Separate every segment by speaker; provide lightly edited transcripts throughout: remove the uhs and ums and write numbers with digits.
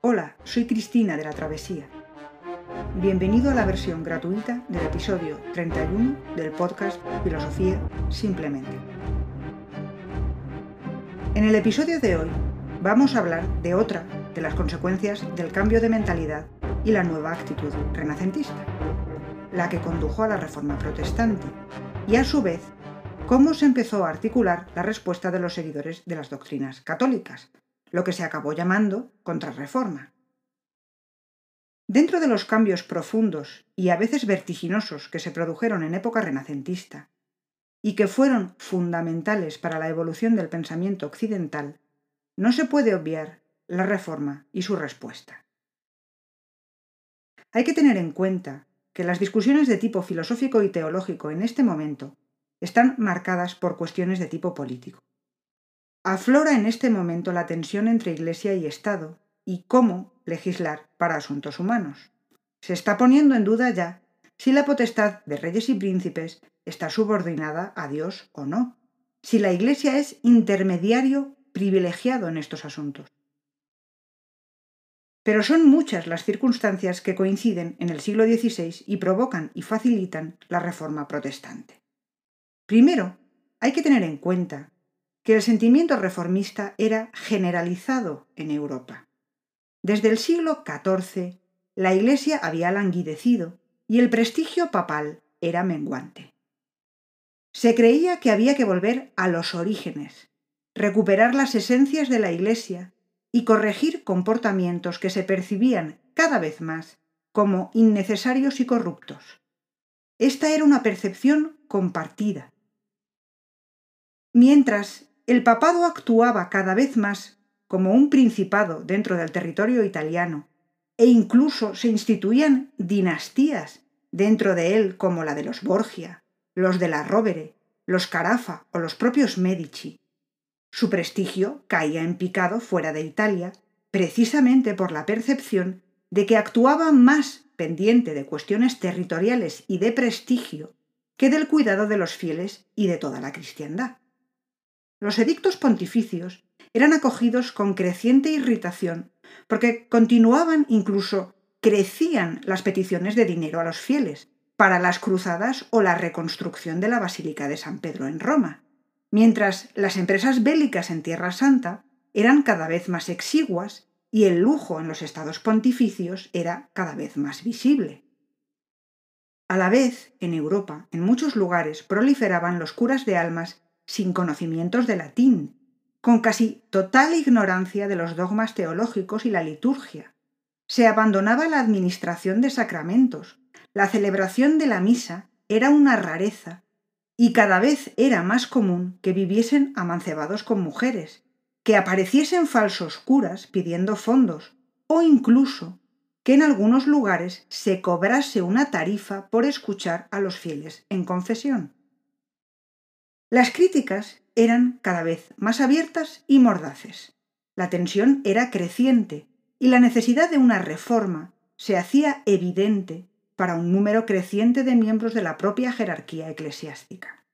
Speaker 1: Hola, soy Cristina de la Travesía. Bienvenido a la versión gratuita del episodio 31 del podcast Filosofía Simplemente. En el episodio de hoy vamos a hablar de otra de las consecuencias del cambio de mentalidad y la nueva actitud renacentista, la que condujo a la Reforma Protestante, y a su vez cómo se empezó a articular la respuesta de los seguidores de las doctrinas católicas, lo que se acabó llamando Contrarreforma. Dentro de los cambios profundos y a veces vertiginosos que se produjeron en época renacentista, y que fueron fundamentales para la evolución del pensamiento occidental, no se puede obviar la Reforma y su respuesta. Hay que tener en cuenta que las discusiones de tipo filosófico y teológico en este momento están marcadas por cuestiones de tipo político. Aflora en este momento la tensión entre Iglesia y Estado y cómo legislar para asuntos humanos. Se está poniendo en duda ya si la potestad de reyes y príncipes está subordinada a Dios o no, si la Iglesia es intermediario privilegiado en estos asuntos. Pero son muchas las circunstancias que coinciden en el siglo XVI y provocan y facilitan la Reforma protestante. Primero, hay que tener en cuenta que el sentimiento reformista era generalizado en Europa. Desde el siglo XIV, la Iglesia había languidecido y el prestigio papal era menguante. Se creía que había que volver a los orígenes, recuperar las esencias de la Iglesia y corregir comportamientos que se percibían cada vez más como innecesarios y corruptos. Esta era una percepción compartida. Mientras el papado actuaba cada vez más como un principado dentro del territorio italiano, e incluso se instituían dinastías dentro de él como la de los Borgia, los de la Rovere, los Carafa o los propios Medici. Su prestigio caía en picado fuera de Italia precisamente por la percepción de que actuaba más pendiente de cuestiones territoriales y de prestigio que del cuidado de los fieles y de toda la cristiandad. Los edictos pontificios eran acogidos con creciente irritación porque continuaban, incluso crecían las peticiones de dinero a los fieles para las cruzadas o la reconstrucción de la Basílica de San Pedro en Roma, mientras las empresas bélicas en Tierra Santa eran cada vez más exiguas y el lujo en los estados pontificios era cada vez más visible. A la vez, en Europa, en muchos lugares proliferaban los curas de almas sin conocimientos de latín, con casi total ignorancia de los dogmas teológicos y la liturgia. Se abandonaba la administración de sacramentos, la celebración de la misa era una rareza, y cada vez era más común que viviesen amancebados con mujeres, que apareciesen falsos curas pidiendo fondos, o incluso que en algunos lugares se cobrase una tarifa por escuchar a los fieles en confesión. Las críticas eran cada vez más abiertas y mordaces. La tensión era creciente y la necesidad de una reforma se hacía evidente para un número creciente de miembros de la propia jerarquía eclesiástica.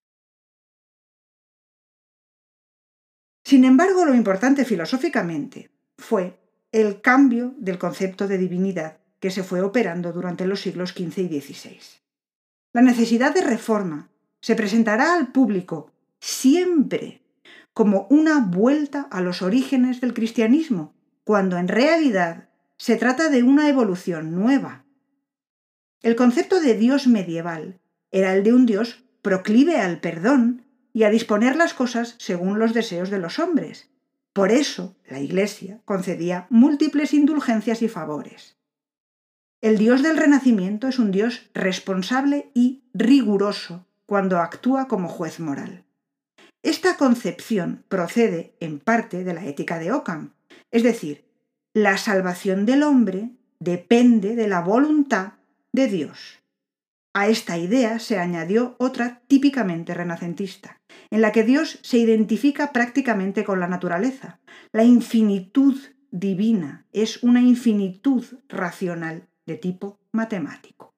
Speaker 1: Sin embargo, lo importante filosóficamente fue el cambio del concepto de divinidad que se fue operando durante los siglos XV y XVI. La necesidad de reforma se presentará al público siempre como una vuelta a los orígenes del cristianismo, cuando en realidad se trata de una evolución nueva. El concepto de Dios medieval era el de un Dios proclive al perdón y a disponer las cosas según los deseos de los hombres. Por eso la Iglesia concedía múltiples indulgencias y favores. El Dios del Renacimiento es un Dios responsable y riguroso cuando actúa como juez moral. Esta concepción procede en parte de la ética de Occam, es decir, la salvación del hombre depende de la voluntad de Dios. A esta idea se añadió otra típicamente renacentista, en la que Dios se identifica prácticamente con la naturaleza. La infinitud divina es una infinitud racional de tipo matemático.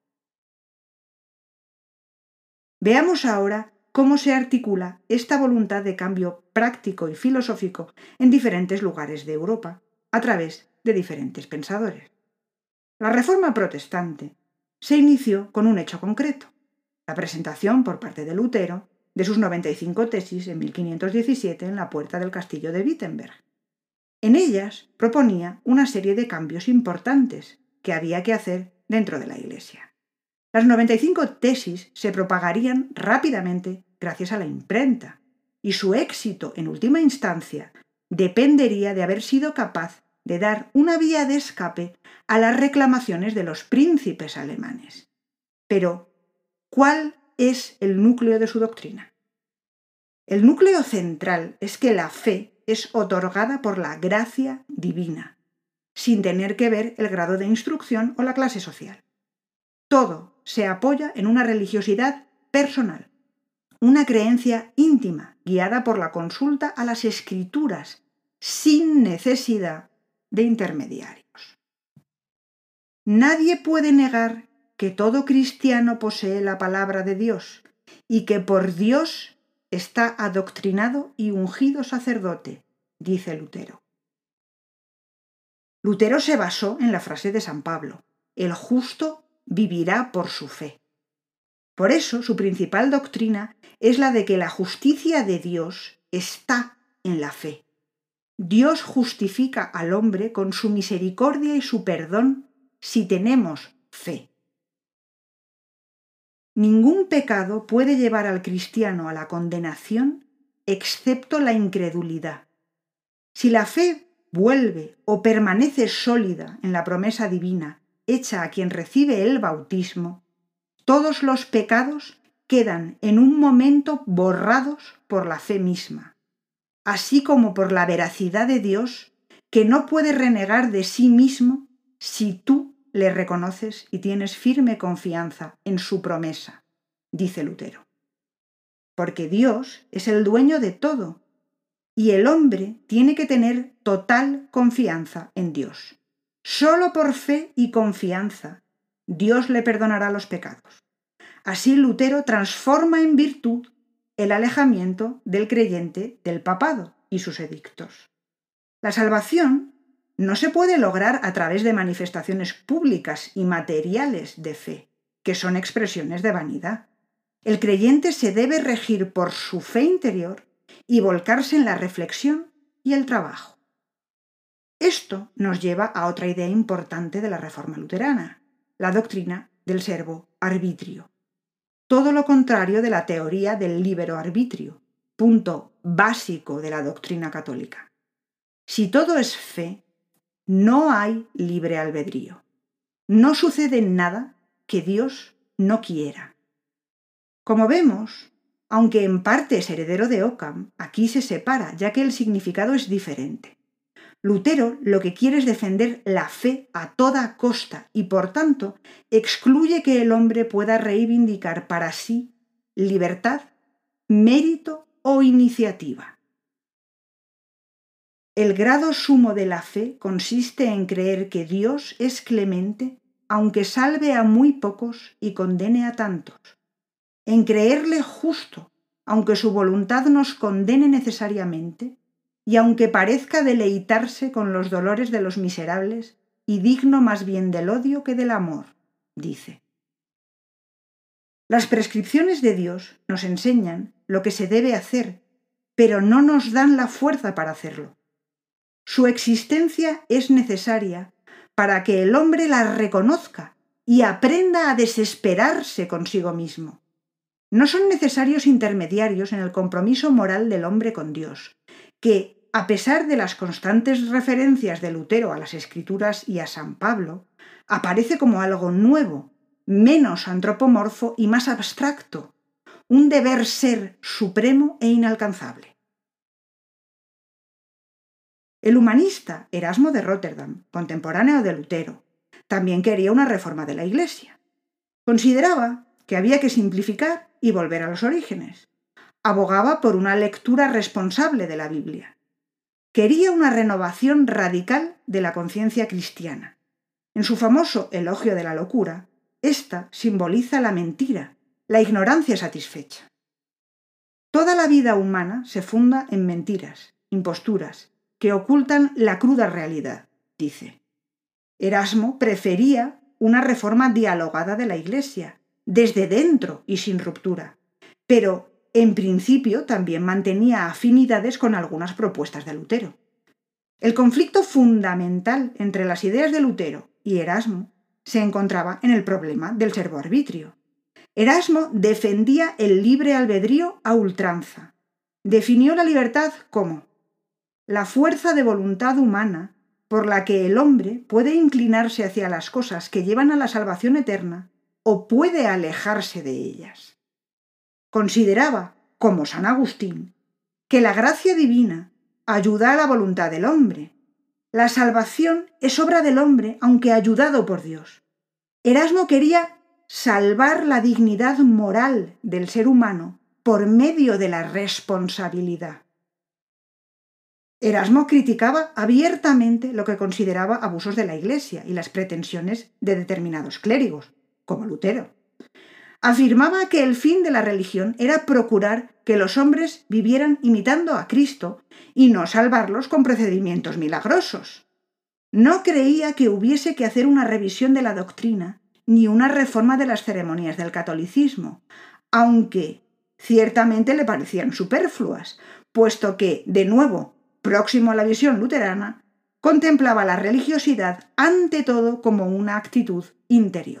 Speaker 1: Veamos ahora cómo se articula esta voluntad de cambio práctico y filosófico en diferentes lugares de Europa a través de diferentes pensadores. La Reforma protestante se inició con un hecho concreto, la presentación por parte de Lutero de sus 95 tesis en 1517 en la puerta del castillo de Wittenberg. En ellas proponía una serie de cambios importantes que había que hacer dentro de la Iglesia. Las 95 tesis se propagarían rápidamente gracias a la imprenta, y su éxito en última instancia dependería de haber sido capaz de dar una vía de escape a las reclamaciones de los príncipes alemanes. Pero, ¿cuál es el núcleo de su doctrina? El núcleo central es que la fe es otorgada por la gracia divina, sin tener que ver el grado de instrucción o la clase social. Todo se apoya en una religiosidad personal, una creencia íntima guiada por la consulta a las Escrituras, sin necesidad de intermediarios. Nadie puede negar que todo cristiano posee la palabra de Dios y que por Dios está adoctrinado y ungido sacerdote, dice Lutero. Lutero se basó en la frase de San Pablo: el justo vivirá por su fe. Por eso su principal doctrina es la de que la justicia de Dios está en la fe. Dios justifica al hombre con su misericordia y su perdón si tenemos fe. Ningún pecado puede llevar al cristiano a la condenación excepto la incredulidad. Si la fe vuelve o permanece sólida en la promesa divina hecha a quien recibe el bautismo, todos los pecados quedan en un momento borrados por la fe misma, así como por la veracidad de Dios, que no puede renegar de sí mismo si tú le reconoces y tienes firme confianza en su promesa, dice Lutero. Porque Dios es el dueño de todo y el hombre tiene que tener total confianza en Dios. Solo por fe y confianza Dios le perdonará los pecados. Así Lutero transforma en virtud el alejamiento del creyente del papado y sus edictos. La salvación no se puede lograr a través de manifestaciones públicas y materiales de fe, que son expresiones de vanidad. El creyente se debe regir por su fe interior y volcarse en la reflexión y el trabajo. Esto nos lleva a otra idea importante de la Reforma luterana, la doctrina del servo arbitrio. Todo lo contrario de la teoría del libero arbitrio, punto básico de la doctrina católica. Si todo es fe, no hay libre albedrío. No sucede nada que Dios no quiera. Como vemos, aunque en parte es heredero de Occam, aquí se separa, ya que el significado es diferente. Lutero lo que quiere es defender la fe a toda costa y, por tanto, excluye que el hombre pueda reivindicar para sí libertad, mérito o iniciativa. El grado sumo de la fe consiste en creer que Dios es clemente, aunque salve a muy pocos y condene a tantos, en creerle justo, aunque su voluntad nos condene necesariamente, y aunque parezca deleitarse con los dolores de los miserables y digno más bien del odio que del amor, dice. Las prescripciones de Dios nos enseñan lo que se debe hacer, pero no nos dan la fuerza para hacerlo. Su existencia es necesaria para que el hombre las reconozca y aprenda a desesperarse consigo mismo. No son necesarios intermediarios en el compromiso moral del hombre con Dios, que, a pesar de las constantes referencias de Lutero a las Escrituras y a San Pablo, aparece como algo nuevo, menos antropomorfo y más abstracto, un deber ser supremo e inalcanzable. El humanista Erasmo de Róterdam, contemporáneo de Lutero, también quería una reforma de la Iglesia. Consideraba que había que simplificar y volver a los orígenes. Abogaba por una lectura responsable de la Biblia. Quería una renovación radical de la conciencia cristiana. En su famoso Elogio de la locura, esta simboliza la mentira, la ignorancia satisfecha. Toda la vida humana se funda en mentiras, imposturas, que ocultan la cruda realidad. dice. Erasmo prefería una reforma dialogada de la Iglesia, desde dentro y sin ruptura, pero en principio también mantenía afinidades con algunas propuestas de Lutero. El conflicto fundamental entre las ideas de Lutero y Erasmo se encontraba en el problema del servo-arbitrio. Erasmo defendía el libre albedrío a ultranza. Definió la libertad como la fuerza de voluntad humana por la que el hombre puede inclinarse hacia las cosas que llevan a la salvación eterna o puede alejarse de ellas. Consideraba, como San Agustín, que la gracia divina ayuda a la voluntad del hombre. La salvación es obra del hombre, aunque ayudado por Dios. Erasmo quería salvar la dignidad moral del ser humano por medio de la responsabilidad. Erasmo criticaba abiertamente lo que consideraba abusos de la Iglesia y las pretensiones de determinados clérigos, como Lutero. Afirmaba que el fin de la religión era procurar que los hombres vivieran imitando a Cristo y no salvarlos con procedimientos milagrosos. No creía que hubiese que hacer una revisión de la doctrina ni una reforma de las ceremonias del catolicismo, aunque ciertamente le parecían superfluas, puesto que, de nuevo, próximo a la visión luterana, contemplaba la religiosidad ante todo como una actitud interior.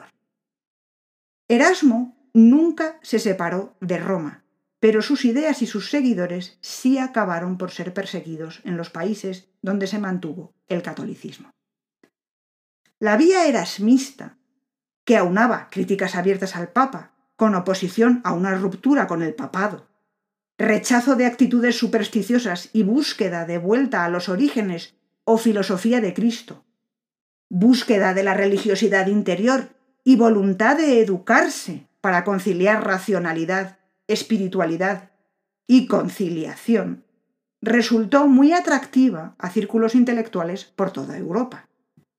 Speaker 1: Erasmo nunca se separó de Roma, pero sus ideas y sus seguidores sí acabaron por ser perseguidos en los países donde se mantuvo el catolicismo. La vía erasmista, que aunaba críticas abiertas al Papa con oposición a una ruptura con el papado, rechazo de actitudes supersticiosas y búsqueda de vuelta a los orígenes o filosofía de Cristo, búsqueda de la religiosidad interior y voluntad de educarse para conciliar racionalidad, espiritualidad y conciliación, resultó muy atractiva a círculos intelectuales por toda Europa.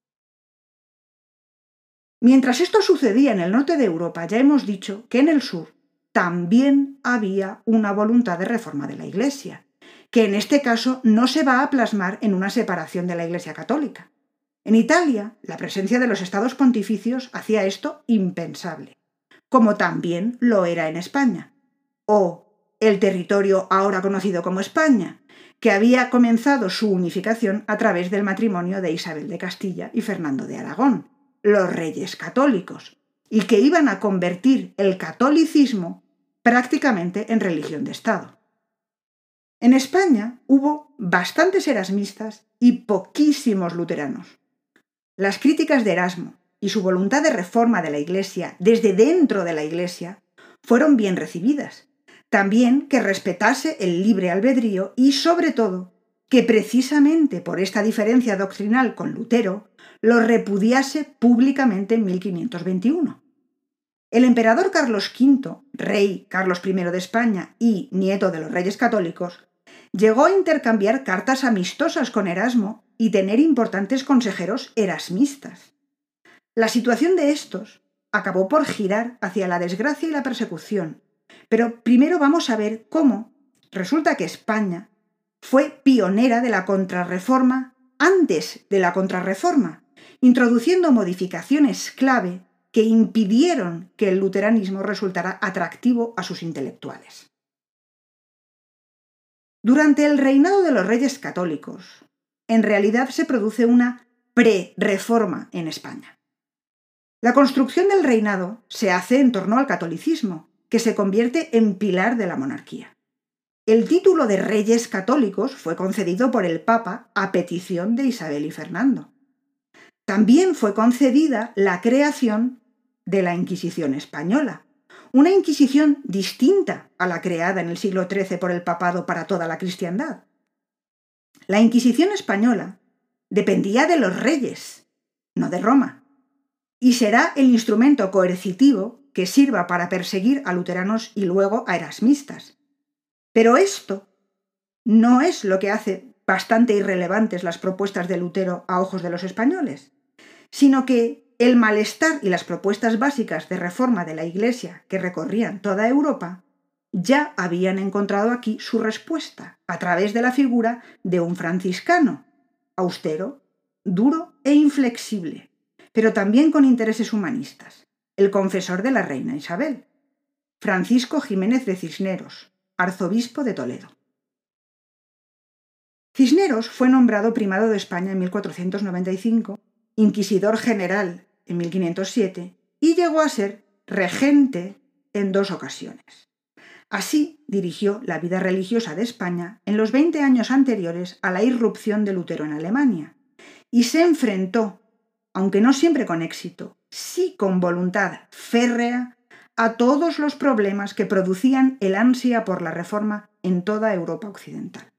Speaker 1: Mientras esto sucedía en el norte de Europa, ya hemos dicho que en el sur también había una voluntad de reforma de la Iglesia, que en este caso no se va a plasmar en una separación de la Iglesia católica. En Italia, la presencia de los estados pontificios hacía esto impensable, como también lo era en España, o el territorio ahora conocido como España, que había comenzado su unificación a través del matrimonio de Isabel de Castilla y Fernando de Aragón, los reyes católicos, y que iban a convertir el catolicismo prácticamente en religión de Estado. En España hubo bastantes erasmistas y poquísimos luteranos. Las críticas de Erasmo y su voluntad de reforma de la Iglesia desde dentro de la Iglesia fueron bien recibidas. También que respetase el libre albedrío y, sobre todo, que precisamente por esta diferencia doctrinal con Lutero, lo repudiase públicamente en 1521. El emperador Carlos V, rey Carlos I de España y nieto de los reyes católicos, llegó a intercambiar cartas amistosas con Erasmo y tener importantes consejeros erasmistas. La situación de estos acabó por girar hacia la desgracia y la persecución, pero primero vamos a ver cómo resulta que España fue pionera de la contrarreforma antes de la contrarreforma, introduciendo modificaciones clave que impidieron que el luteranismo resultara atractivo a sus intelectuales. Durante el reinado de los reyes católicos, en realidad se produce una pre-reforma en España. La construcción del reinado se hace en torno al catolicismo, que se convierte en pilar de la monarquía. El título de reyes católicos fue concedido por el Papa a petición de Isabel y Fernando. También fue concedida la creación de la Inquisición española, una Inquisición distinta a la creada en el siglo XIII por el papado para toda la cristiandad. La Inquisición española dependía de los reyes, no de Roma, y será el instrumento coercitivo que sirva para perseguir a luteranos y luego a erasmistas. Pero esto no es lo que hace bastante irrelevantes las propuestas de Lutero a ojos de los españoles, sino que el malestar y las propuestas básicas de reforma de la Iglesia que recorrían toda Europa ya habían encontrado aquí su respuesta a través de la figura de un franciscano, austero, duro e inflexible, pero también con intereses humanistas, el confesor de la reina Isabel, Francisco Jiménez de Cisneros, arzobispo de Toledo. Cisneros fue nombrado primado de España en 1495, inquisidor general en 1507 y llegó a ser regente en 2 ocasiones. Así dirigió la vida religiosa de España en los 20 años anteriores a la irrupción de Lutero en Alemania y se enfrentó, aunque no siempre con éxito, sí con voluntad férrea, a todos los problemas que producían el ansia por la reforma en toda Europa occidental.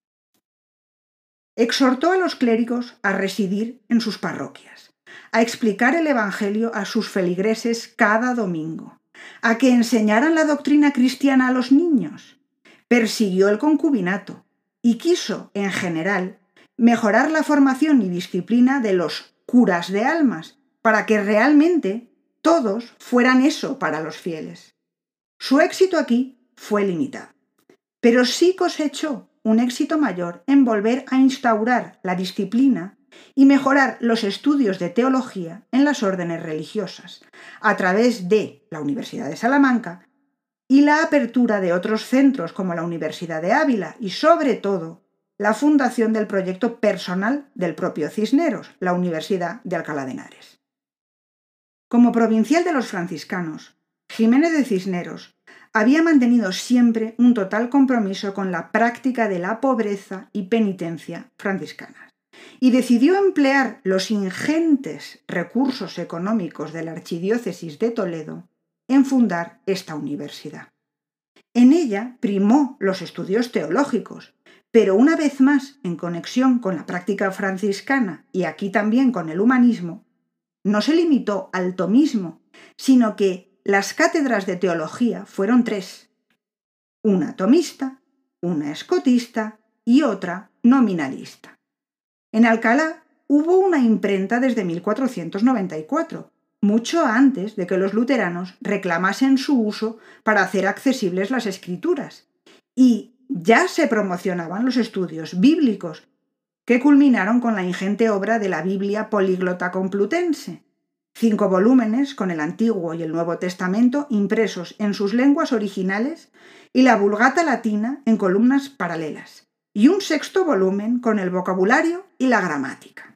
Speaker 1: Exhortó a los clérigos a residir en sus parroquias, a explicar el Evangelio a sus feligreses cada domingo, a que enseñaran la doctrina cristiana a los niños, persiguió el concubinato y quiso, en general, mejorar la formación y disciplina de los curas de almas para que realmente todos fueran eso para los fieles. Su éxito aquí fue limitado, pero sí cosechó un éxito mayor en volver a instaurar la disciplina y mejorar los estudios de teología en las órdenes religiosas, a través de la Universidad de Salamanca y la apertura de otros centros como la Universidad de Ávila y, sobre todo, la fundación del proyecto personal del propio Cisneros, la Universidad de Alcalá de Henares. Como provincial de los franciscanos, Jiménez de Cisneros había mantenido siempre un total compromiso con la práctica de la pobreza y penitencia franciscanas, y decidió emplear los ingentes recursos económicos de la archidiócesis de Toledo en fundar esta universidad. En ella primó los estudios teológicos, pero una vez más en conexión con la práctica franciscana y aquí también con el humanismo, no se limitó al tomismo, sino que las cátedras de teología fueron 3, una tomista, una escotista y otra nominalista. En Alcalá hubo una imprenta desde 1494, mucho antes de que los luteranos reclamasen su uso para hacer accesibles las escrituras, y ya se promocionaban los estudios bíblicos, que culminaron con la ingente obra de la Biblia Políglota Complutense, 5 volúmenes con el Antiguo y el Nuevo Testamento impresos en sus lenguas originales y la Vulgata latina en columnas paralelas, y un 6º volumen con el vocabulario y la gramática.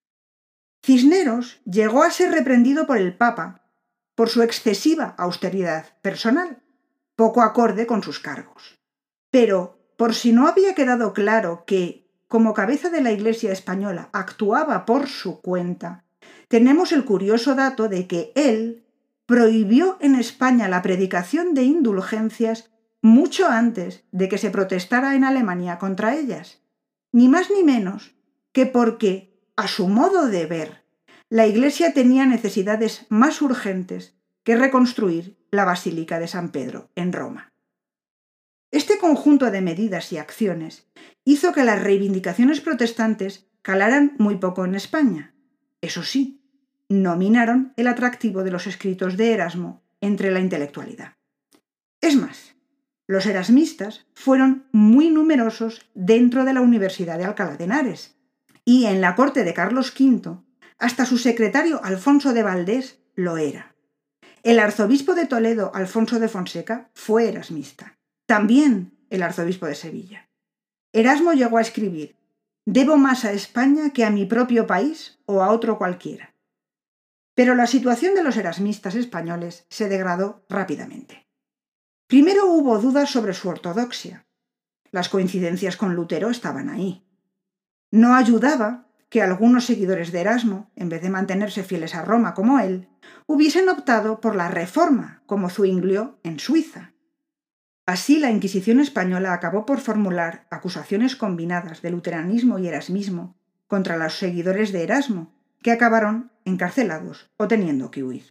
Speaker 1: Cisneros llegó a ser reprendido por el Papa por su excesiva austeridad personal, poco acorde con sus cargos. Pero, por si no había quedado claro que, como cabeza de la Iglesia española, actuaba por su cuenta, tenemos el curioso dato de que él prohibió en España la predicación de indulgencias mucho antes de que se protestara en Alemania contra ellas, ni más ni menos que porque, a su modo de ver, la Iglesia tenía necesidades más urgentes que reconstruir la Basílica de San Pedro en Roma. Este conjunto de medidas y acciones hizo que las reivindicaciones protestantes calaran muy poco en España. Eso sí, no minaron el atractivo de los escritos de Erasmo entre la intelectualidad. Es más, los erasmistas fueron muy numerosos dentro de la Universidad de Alcalá de Henares, y en la corte de Carlos V, hasta su secretario Alfonso de Valdés lo era. El arzobispo de Toledo, Alfonso de Fonseca, fue erasmista. También el arzobispo de Sevilla. Erasmo llegó a escribir: «Debo más a España que a mi propio país o a otro cualquiera». Pero la situación de los erasmistas españoles se degradó rápidamente. Primero hubo dudas sobre su ortodoxia. Las coincidencias con Lutero estaban ahí. No ayudaba que algunos seguidores de Erasmo, en vez de mantenerse fieles a Roma como él, hubiesen optado por la Reforma, como Zuinglio en Suiza. Así, la Inquisición española acabó por formular acusaciones combinadas de luteranismo y erasmismo contra los seguidores de Erasmo, que acabaron encarcelados o teniendo que huir.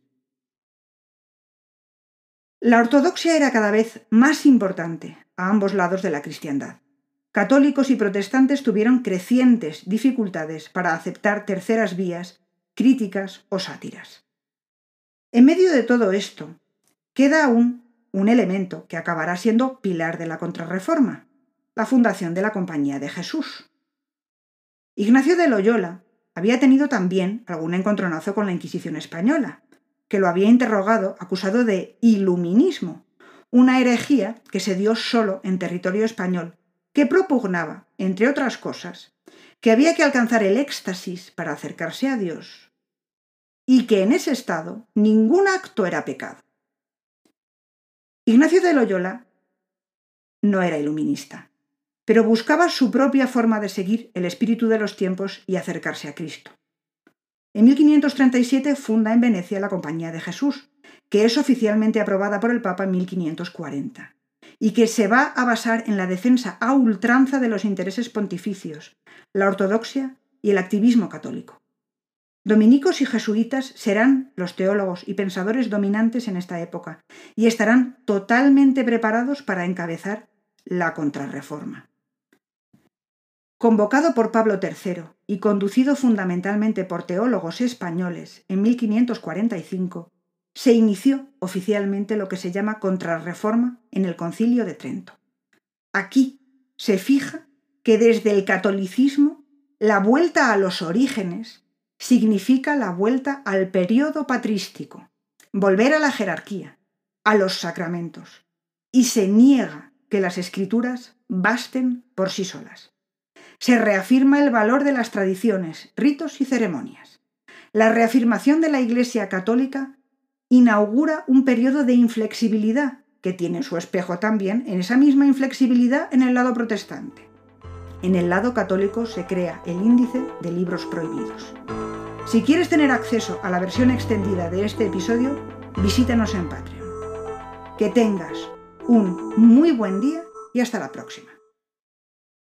Speaker 1: La ortodoxia era cada vez más importante a ambos lados de la cristiandad. Católicos y protestantes tuvieron crecientes dificultades para aceptar terceras vías, críticas o sátiras. En medio de todo esto, queda aún un elemento que acabará siendo pilar de la Contrarreforma, la fundación de la Compañía de Jesús. Ignacio de Loyola había tenido también algún encontronazo con la Inquisición española, que lo había interrogado acusado de iluminismo, una herejía que se dio solo en territorio español, que propugnaba, entre otras cosas, que había que alcanzar el éxtasis para acercarse a Dios y que en ese estado ningún acto era pecado. Ignacio de Loyola no era iluminista, pero buscaba su propia forma de seguir el espíritu de los tiempos y acercarse a Cristo. En 1537 funda en Venecia la Compañía de Jesús, que es oficialmente aprobada por el Papa en 1540, y que se va a basar en la defensa a ultranza de los intereses pontificios, la ortodoxia y el activismo católico. Dominicos y jesuitas serán los teólogos y pensadores dominantes en esta época y estarán totalmente preparados para encabezar la Contrarreforma. Convocado por Pablo III y conducido fundamentalmente por teólogos españoles en 1545, se inició oficialmente lo que se llama Contrarreforma en el Concilio de Trento. Aquí se fija que desde el catolicismo la vuelta a los orígenes significa la vuelta al periodo patrístico, volver a la jerarquía, a los sacramentos, y se niega que las escrituras basten por sí solas. Se reafirma el valor de las tradiciones, ritos y ceremonias. La reafirmación de la Iglesia católica inaugura un periodo de inflexibilidad que tiene su espejo también en esa misma inflexibilidad en el lado protestante. En el lado católico se crea el índice de libros prohibidos. Si quieres tener acceso a la versión extendida de este episodio, visítanos en Patreon. Que tengas un muy buen día y hasta la próxima.